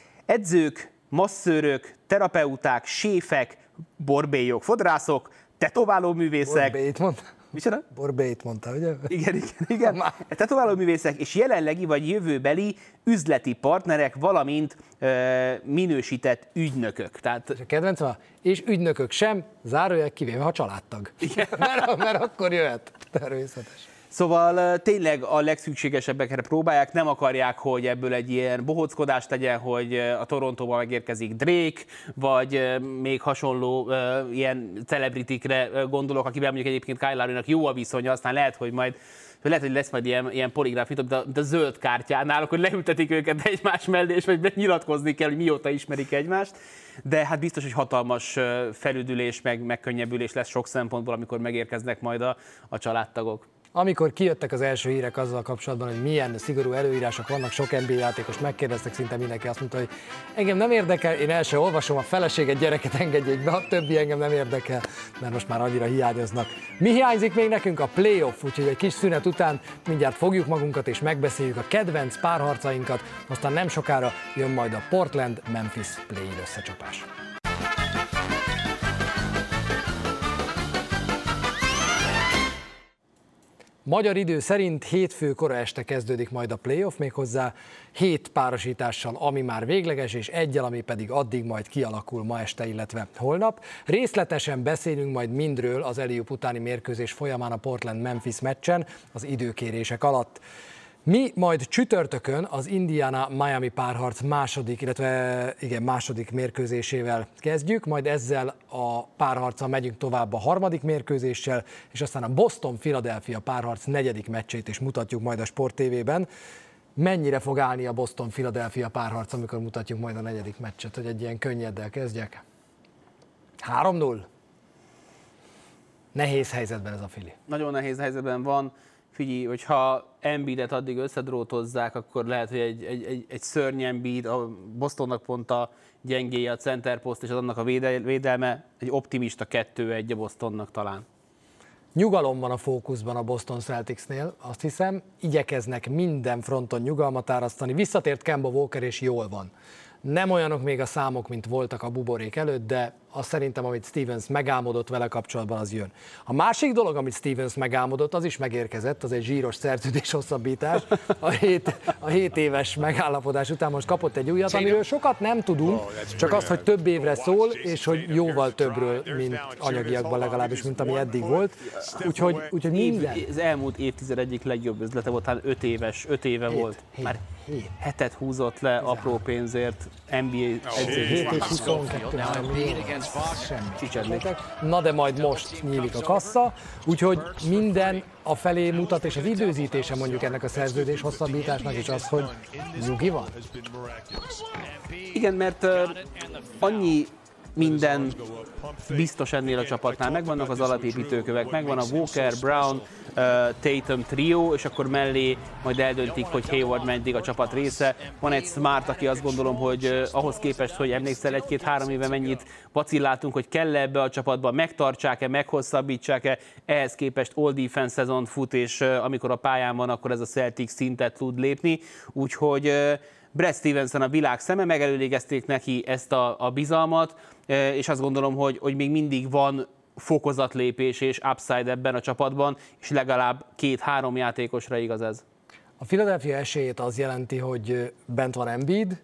edzők, masszőrök, terapeuták, séfek, borbélyok, fodrászok, tetováló művészek. Borbélyt mondta. Micsoda? Borbélyt mondta, ugye? Igen, igen, igen. Tetováló művészek és jelenlegi vagy jövőbeli üzleti partnerek, valamint ö, minősített ügynökök. Tehát... És a kedvencem, és ügynökök sem, zárójel kivéve, ha családtag. mert, mert akkor jöhet, természetes. Szóval tényleg a legszükségesebbekre próbálják, nem akarják, hogy ebből egy ilyen bohóckodást legyen, hogy a Torontóban megérkezik Drake, vagy még hasonló ilyen celebritikre gondolok, akivel mondjuk egyébként Kyle Lowry-nak jó a viszonya, aztán lehet, hogy majd lehet, hogy lesz majd ilyen, ilyen poligráf, mint a, a zöld kártyánál, hogy leültetik őket egymás mellé, és vagy nyilatkozni kell, hogy mióta ismerik egymást. De hát biztos, hogy hatalmas felüdülés, meg megkönnyebbülés lesz sok szempontból, amikor megérkeznek majd a, a családtagok. Amikor kijöttek az első hírek azzal kapcsolatban, hogy milyen szigorú előírások vannak, sok en bé á játékos megkérdeztek, szinte mindenki azt mondta, hogy engem nem érdekel, én el sem olvasom, a feleséget, gyereket engedjék be, a többi engem nem érdekel, mert most már annyira hiányoznak. Mi hiányzik még nekünk? A playoff, úgyhogy egy kis szünet után mindjárt fogjuk magunkat és megbeszéljük a kedvenc párharcainkat, aztán nem sokára jön majd a Portland-Memphis play-in összecsapás. Magyar idő szerint hétfő kora este kezdődik majd a playoff, méghozzá hét párosítással, ami már végleges, és egyel, ami pedig addig majd kialakul ma este, illetve holnap. Részletesen beszélünk majd mindről az alley-oop utáni mérkőzés folyamán a Portland-Memphis meccsen az időkérések alatt. Mi majd csütörtökön az Indiana-Miami párharc második, illetve igen, második mérkőzésével kezdjük, majd ezzel a párharccal megyünk tovább a harmadik mérkőzéssel, és aztán a Boston-Philadelphia párharc negyedik meccsét is mutatjuk majd a Sport té vében. Mennyire fog állni a Boston-Philadelphia párharc, amikor mutatjuk majd a negyedik meccset, hogy egy ilyen könnyeddel kezdjek? három null? Nehéz helyzetben ez a Philly. Nagyon nehéz helyzetben van. Figyelj, hogyha Embiidet addig összedrótozzák, akkor lehet, hogy egy, egy, egy, egy szörny Embiid, a Bostonnak pont a gyengéje a center post, és az annak a védelme, egy optimista kettő egy a Bostonnak talán. Nyugalom van a fókuszban a Boston Celticsnél, azt hiszem, igyekeznek minden fronton nyugalmat árasztani, visszatért Kemba Walker és jól van. Nem olyanok még a számok, mint voltak a buborék előtt, de azt szerintem, amit Stevens megálmodott vele kapcsolatban, az jön. A másik dolog, amit Stevens megálmodott, az is megérkezett, az egy zsíros szerződés hosszabbítás. A hét, a hét éves megállapodás után most kapott egy újat, amiről sokat nem tudunk, csak azt, hogy több évre szól, és hogy jóval többről, mint anyagiakban legalábbis, mint ami eddig volt. Úgyhogy, úgyhogy minden. Az elmúlt évtized egyik legjobb üzlete volt, hát öt éves, öt éve hét, volt. Hét, Már hét. hetet húzott le apró pénzért en bé á edzők. hét és huszonkettő Na de majd most nyílik a kassa, úgyhogy minden a felé mutat, és az időzítése mondjuk ennek a szerződés hosszabbításnak is az, hogy nyugi van. Igen, mert uh, annyi minden biztos ennél a csapatnál. Megvannak az alapépítőkövek, megvan a Walker, Brown, uh, Tatum trió, és akkor mellé majd eldöntik, hogy Hayward meddig a csapat része. Van egy Smart, aki azt gondolom, hogy uh, ahhoz képest, hogy emlékszel egy-két-három éve mennyit vacilláltunk, hogy kell-e ebbe a csapatba, megtartsák-e, meghosszabbítsák-e, ehhez képest all defense szezont fut, és uh, amikor a pályán van, akkor ez a Celtics szintet tud lépni. Úgyhogy uh, Brad Stevenson a világ szeme, megelőlegezték neki ezt a, a bizalmat, és azt gondolom, hogy, hogy még mindig van fokozatlépés és upside ebben a csapatban, és legalább két-három játékosra igaz ez. A Philadelphia esélyét az jelenti, hogy bent van Embiid,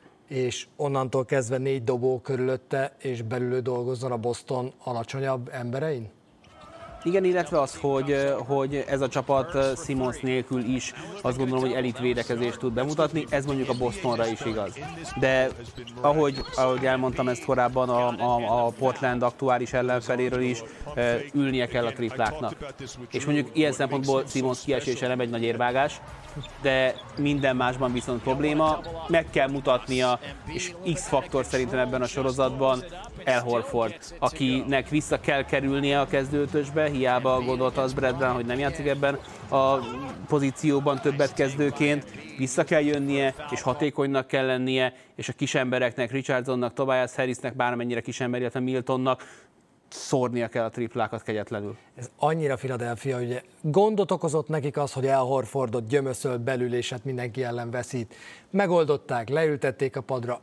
és onnantól kezdve négy dobó körülötte, és belül dolgozzon a Boston alacsonyabb emberein? Igen, illetve az, hogy, hogy ez a csapat Simmons nélkül is azt gondolom, hogy elit védekezést tud bemutatni, ez mondjuk a Bostonra is igaz. De ahogy, ahogy elmondtam ezt korábban a, a, a Portland aktuális ellenfeléről is, ülnie kell a tripláknak. És mondjuk ilyen szempontból Simmons kiesése nem egy nagy érvágás, de minden másban viszont probléma. Meg kell mutatnia, és X-faktor szerintem ebben a sorozatban Al Horford, akinek vissza kell kerülnie a kezdőötösbe, hiába gondolta az Brad Brown, hogy nem játszik ebben a pozícióban többet kezdőként, vissza kell jönnie, és hatékonynak kell lennie, és a kis embereknek, Richardsonnak, Tobias Harrisnek, bármennyire kis ember, illetve Miltonnak szórnia kell a triplákat kegyetlenül. Ez annyira Philadelphia, hogy gondot okozott nekik az, hogy Al Horfordot gyömöszöl belül, és hát mindenki ellen veszít. Megoldották, leültették a padra,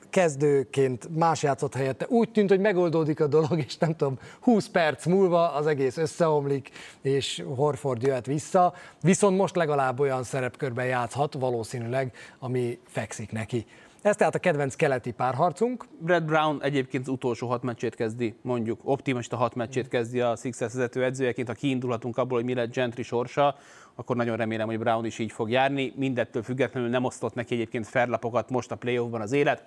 kezdőként más játszott helyette. Úgy tűnt, hogy megoldódik a dolog, és nem tudom, húsz perc múlva az egész összeomlik, és Horford jöhet vissza, viszont most legalább olyan szerepkörben játszhat, valószínűleg, ami fekszik neki. Ez tehát a kedvenc keleti párharcunk. Brad Brown egyébként az utolsó hat meccsét kezdi, mondjuk optimista hat meccsét kezdi a Sixers vezető edzőjeként. Ha kiindulhatunk abból, hogy mi lett Gentry sorsa, akkor nagyon remélem, hogy Brown is így fog járni. Mindettől függetlenül nem osztott neki egyébként fairlapokat most a playoffban az élet.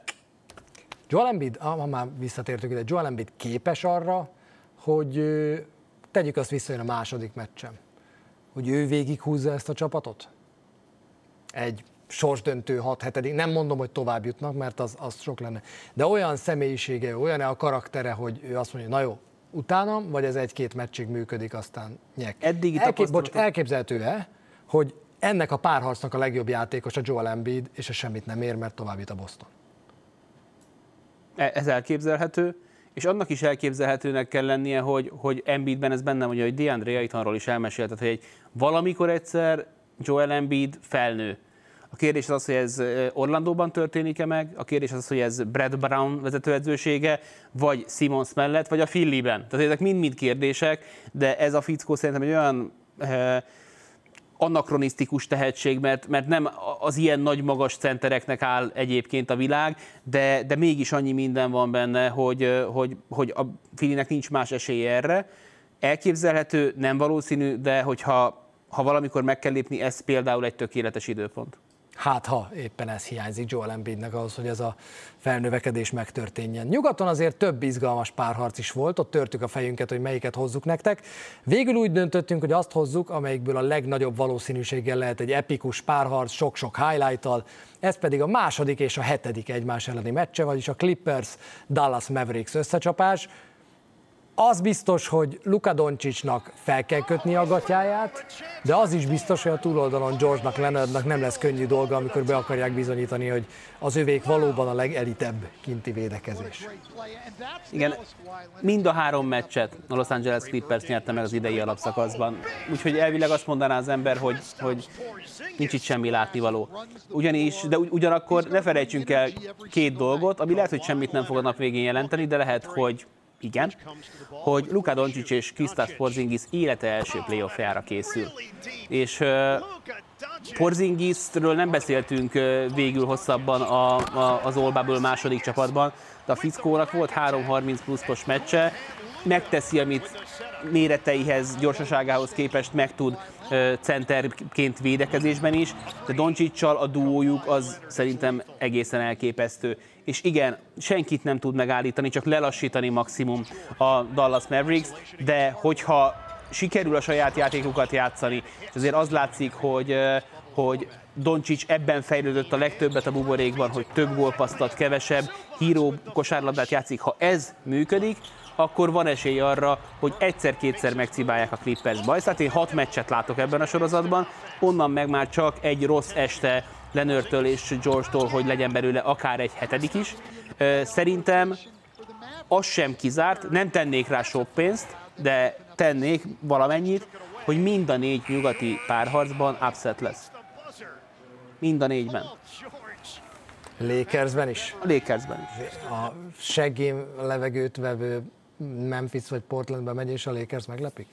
Joel Embiid, ha már visszatértünk ide, Joel Embiid képes arra, hogy tegyük azt vissza, a második meccsen, hogy ő végighúzza ezt a csapatot? Egy sorsdöntő hat hetedik, nem mondom, hogy tovább jutnak, mert az, az sok lenne, de olyan személyisége, olyan a karaktere, hogy ő azt mondja, na jó, utánam, vagy ez egy-két meccsig működik, aztán nyek. Eddigi Elkép, bocs, elképzelhető-e, hogy ennek a párharcnak a legjobb játékos a Joel Embiid, és ez semmit nem ér, mert tovább jut a Boston? Ez elképzelhető, és annak is elképzelhetőnek kell lennie, hogy, hogy Embiidben ez benne mondja, hogy DeAndre Aytonról is elmeséltet, hogy egy valamikor egyszer Joel Embiid felnő. A kérdés az az, hogy ez Orlandóban történik-e meg, a kérdés az az, hogy ez Brad Brown vezetőedzősége, vagy Simmons mellett, vagy a Phillyben. Tehát ezek mind-mind kérdések, de ez a fickó szerintem egy olyan eh, anakronisztikus tehetség, mert, mert nem az ilyen nagy magas centereknek áll egyébként a világ, de, de mégis annyi minden van benne, hogy, hogy, hogy a Phillynek nincs más esélye erre. Elképzelhető, nem valószínű, de hogyha ha valamikor meg kell lépni, ez például egy tökéletes időpont. Hát ha éppen ez hiányzik Joel Embiidnek ahhoz, hogy ez a felnövekedés megtörténjen. Nyugaton azért több izgalmas párharc is volt, ott törtük a fejünket, hogy melyiket hozzuk nektek. Végül úgy döntöttünk, hogy azt hozzuk, amelyikből a legnagyobb valószínűséggel lehet egy epikus párharc, sok-sok highlight-tal. Ez pedig a második és a hetedik egymás elleni meccse, vagyis a Clippers-Dallas Mavericks összecsapás. Az biztos, hogy Luka Doncicnak fel kell kötni a gatyáját, de az is biztos, hogy a túloldalon George-nak, Leonardnak nem lesz könnyű dolga, amikor be akarják bizonyítani, hogy az övék valóban a legelitebb kinti védekezés. Igen, mind a három meccset a Los Angeles Clippers nyerte meg az idei alapszakaszban. Úgyhogy elvileg azt mondaná az ember, hogy, hogy nincs itt semmi látnivaló. Ugyanis, de ugyanakkor ne felejtsünk el két dolgot, ami lehet, hogy semmit nem fog a nap végén jelenteni, de lehet, hogy igen, hogy Luka Doncic és Kristaps Porzingis élete első playoffjára készül. És uh, Porzingisről nem beszéltünk uh, végül hosszabban a, a, az All Bubble második csapatban, de a fickónak volt három harminc pluszos meccse, megteszi, amit méreteihez, gyorsaságához képest meg tud uh, centerként védekezésben is, de Donciccal a duójuk az szerintem egészen elképesztő. És igen, senkit nem tud megállítani, csak lelassítani maximum a Dallas Mavericks, de hogyha sikerül a saját játékukat játszani, és azért az látszik, hogy, hogy Doncic ebben fejlődött a legtöbbet a buborékban, hogy több gólpasszat, kevesebb, híró kosárlabdát játszik, ha ez működik, akkor van esély arra, hogy egyszer-kétszer megcibálják a Clippers bajszát. Én hat meccset látok ebben a sorozatban, onnan meg már csak egy rossz este Leonardtől és George-tól, hogy legyen belőle akár egy hetedik is. Szerintem az sem kizárt, nem tennék rá sok pénzt, de tennék valamennyit, hogy mind a négy nyugati párharcban upset lesz. Mind a négyben. Lakersben is? A Lakersben is. A seggén levegőt vevő Memphis vagy Portlandben megy, és a Lakers meglepik?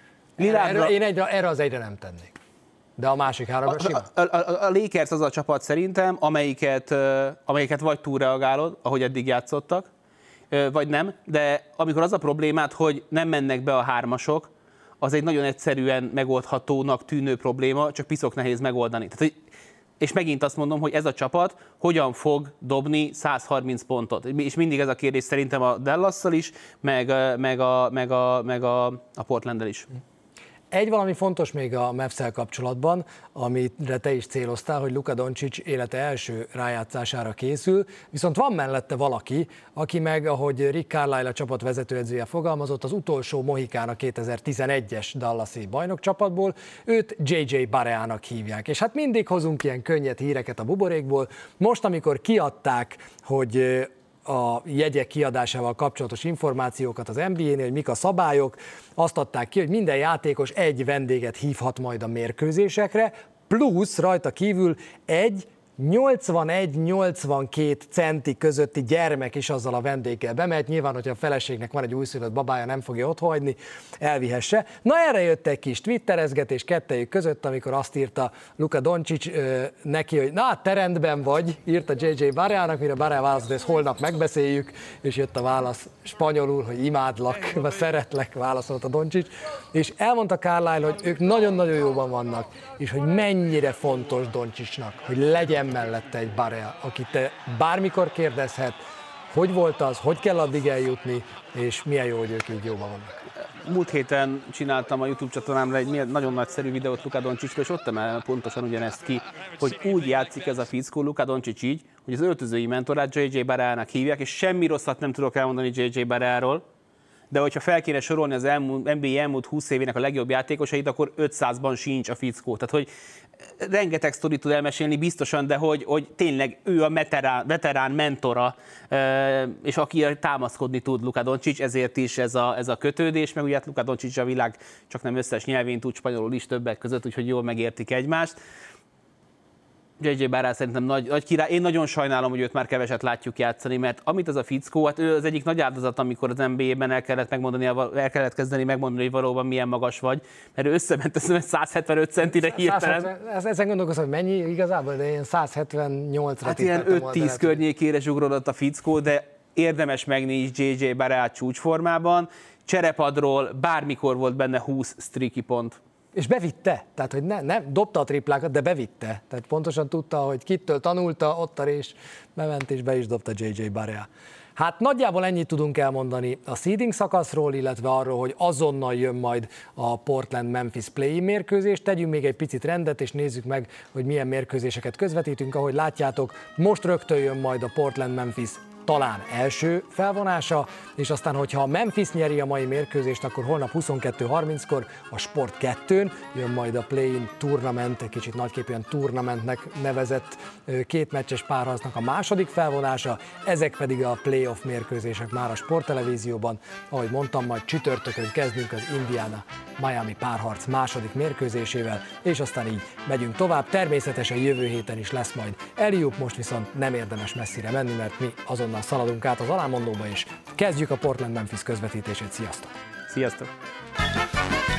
Erre, én egyre, erre az egyre nem tennék. De a másik háromra simán? A, a, a, a Lakers az a csapat szerintem, amelyiket, amelyiket vagy túlreagálod, ahogy eddig játszottak, vagy nem, de amikor az a problémát, hogy nem mennek be a hármasok, az egy nagyon egyszerűen megoldhatónak tűnő probléma, csak piszok nehéz megoldani. Tehát, és megint azt mondom, hogy ez a csapat hogyan fog dobni száz harminc pontot. És mindig ez a kérdés szerintem a Dallasszal is, meg, meg, a, meg, a, meg a, a Portlanddel is. Egy valami fontos még a Mavs-szel kapcsolatban, amire te is céloztál, hogy Luka Doncic élete első rájátszására készül, viszont van mellette valaki, aki meg, ahogy Rick Carlisle a csapat vezetőedzője fogalmazott, az utolsó mohikán a kétezer-tizenegyes Dallasi bajnokcsapatból, őt jé jé Barea-nak hívják. És hát mindig hozunk ilyen könnyed híreket a buborékból. Most, amikor kiadták, hogy a jegyek kiadásával kapcsolatos információkat az en bé á-nél, hogy mik a szabályok, azt adták ki, hogy minden játékos egy vendéget hívhat majd a mérkőzésekre, plusz rajta kívül egy nyolcvanegy nyolcvankét centi közötti gyermek is azzal a vendéggel bemegy. Nyilván, hogyha a feleségnek van egy újszülött babája, nem fogja otthagyni, elvihesse. Na erre jött egy kis twitterezgetés kettejük között, amikor azt írta Luka Doncic ö, neki, hogy na, te rendben vagy, írta jé jé Barea-nak, mire Barea válaszolt, ezt holnap megbeszéljük, és jött a válasz spanyolul, hogy imádlak, vagy szeretlek, válaszolta Doncic, és elmondta Carlisle, hogy ők nagyon-nagyon jóban vannak, és hogy mennyire fontos Doncicnak, hogy legyen mellette egy Barea, akit te bármikor kérdezhet, hogy volt az, hogy kell addig eljutni, és milyen jó, hogy ők így jóban vannak. Múlt héten csináltam a YouTube csatornámra egy nagyon nagyszerű videót Luka Doncicról, és ott emelem pontosan ugyanezt ki, hogy úgy játszik ez a fickó, Luka Doncic így, hogy az öltözői mentorát jé jé Barea-nak hívják, és semmi rosszat nem tudok elmondani jé jé Barea-ról, de hogyha fel kéne sorolni az elmúlt, en bé á elmúlt húsz évének a legjobb játékosait, akkor ötszázban sincs a fickó. Tehát, hogy rengeteg sztorit tud elmesélni biztosan, de hogy, hogy tényleg ő a veterán, veterán mentora, és aki támaszkodni tud Luka Doncic, ezért is ez a, ez a kötődés, meg ugye Luka Doncic a világ csak nem összes nyelvén tud, spanyolul is többek között, úgyhogy jól megértik egymást. jé jé Barea szerintem nagy, nagy király. Én nagyon sajnálom, hogy őt már keveset látjuk játszani, mert amit az a fickó, hát ő az egyik nagy áldozat, amikor az en bé á-ben el kellett, megmondani, el kellett kezdeni megmondani, hogy valóban milyen magas vagy, mert ő összement száz hetvenöt centire hirtelen. Ezen gondolkozom, hogy mennyi igazából, de én száz hetvennyolcra hát ilyen öt-tíz környékére zsugrodott a fickó, de érdemes megnézni jé jé Barea csúcsformában. Cserepadról bármikor volt benne húsz streaky pont. És bevitte, tehát hogy ne, nem dobta a triplákat, de bevitte. Tehát pontosan tudta, hogy kitől tanulta, ott a rés, bement és be is dobta jé jé Barea. Hát nagyjából ennyit tudunk elmondani a seeding szakaszról, illetve arról, hogy azonnal jön majd a Portland-Memphis play-in mérkőzés. Tegyünk még egy picit rendet, és nézzük meg, hogy milyen mérkőzéseket közvetítünk. Ahogy látjátok, most rögtön jön majd a Portland-Memphis talán első felvonása, és aztán, hogyha a Memphis nyeri a mai mérkőzést, akkor holnap huszonkettő harminckor a Sport kettőn jön majd a Play-in Tournament, egy kicsit nagyképűen Tournamentnek nevezett két meccses párharcnak a második felvonása, ezek pedig a playoff mérkőzések már a sporttelevízióban. Ahogy mondtam, majd csütörtökön kezdünk az Indiana-Miami párharc második mérkőzésével, és aztán így megyünk tovább. Természetesen jövő héten is lesz majd Alley-oop, most viszont nem érdemes messzire menni, mert mi azonnal szaladunk át az alámondóba, és kezdjük a Portland-Memphis közvetítését. Sziasztok! Sziasztok!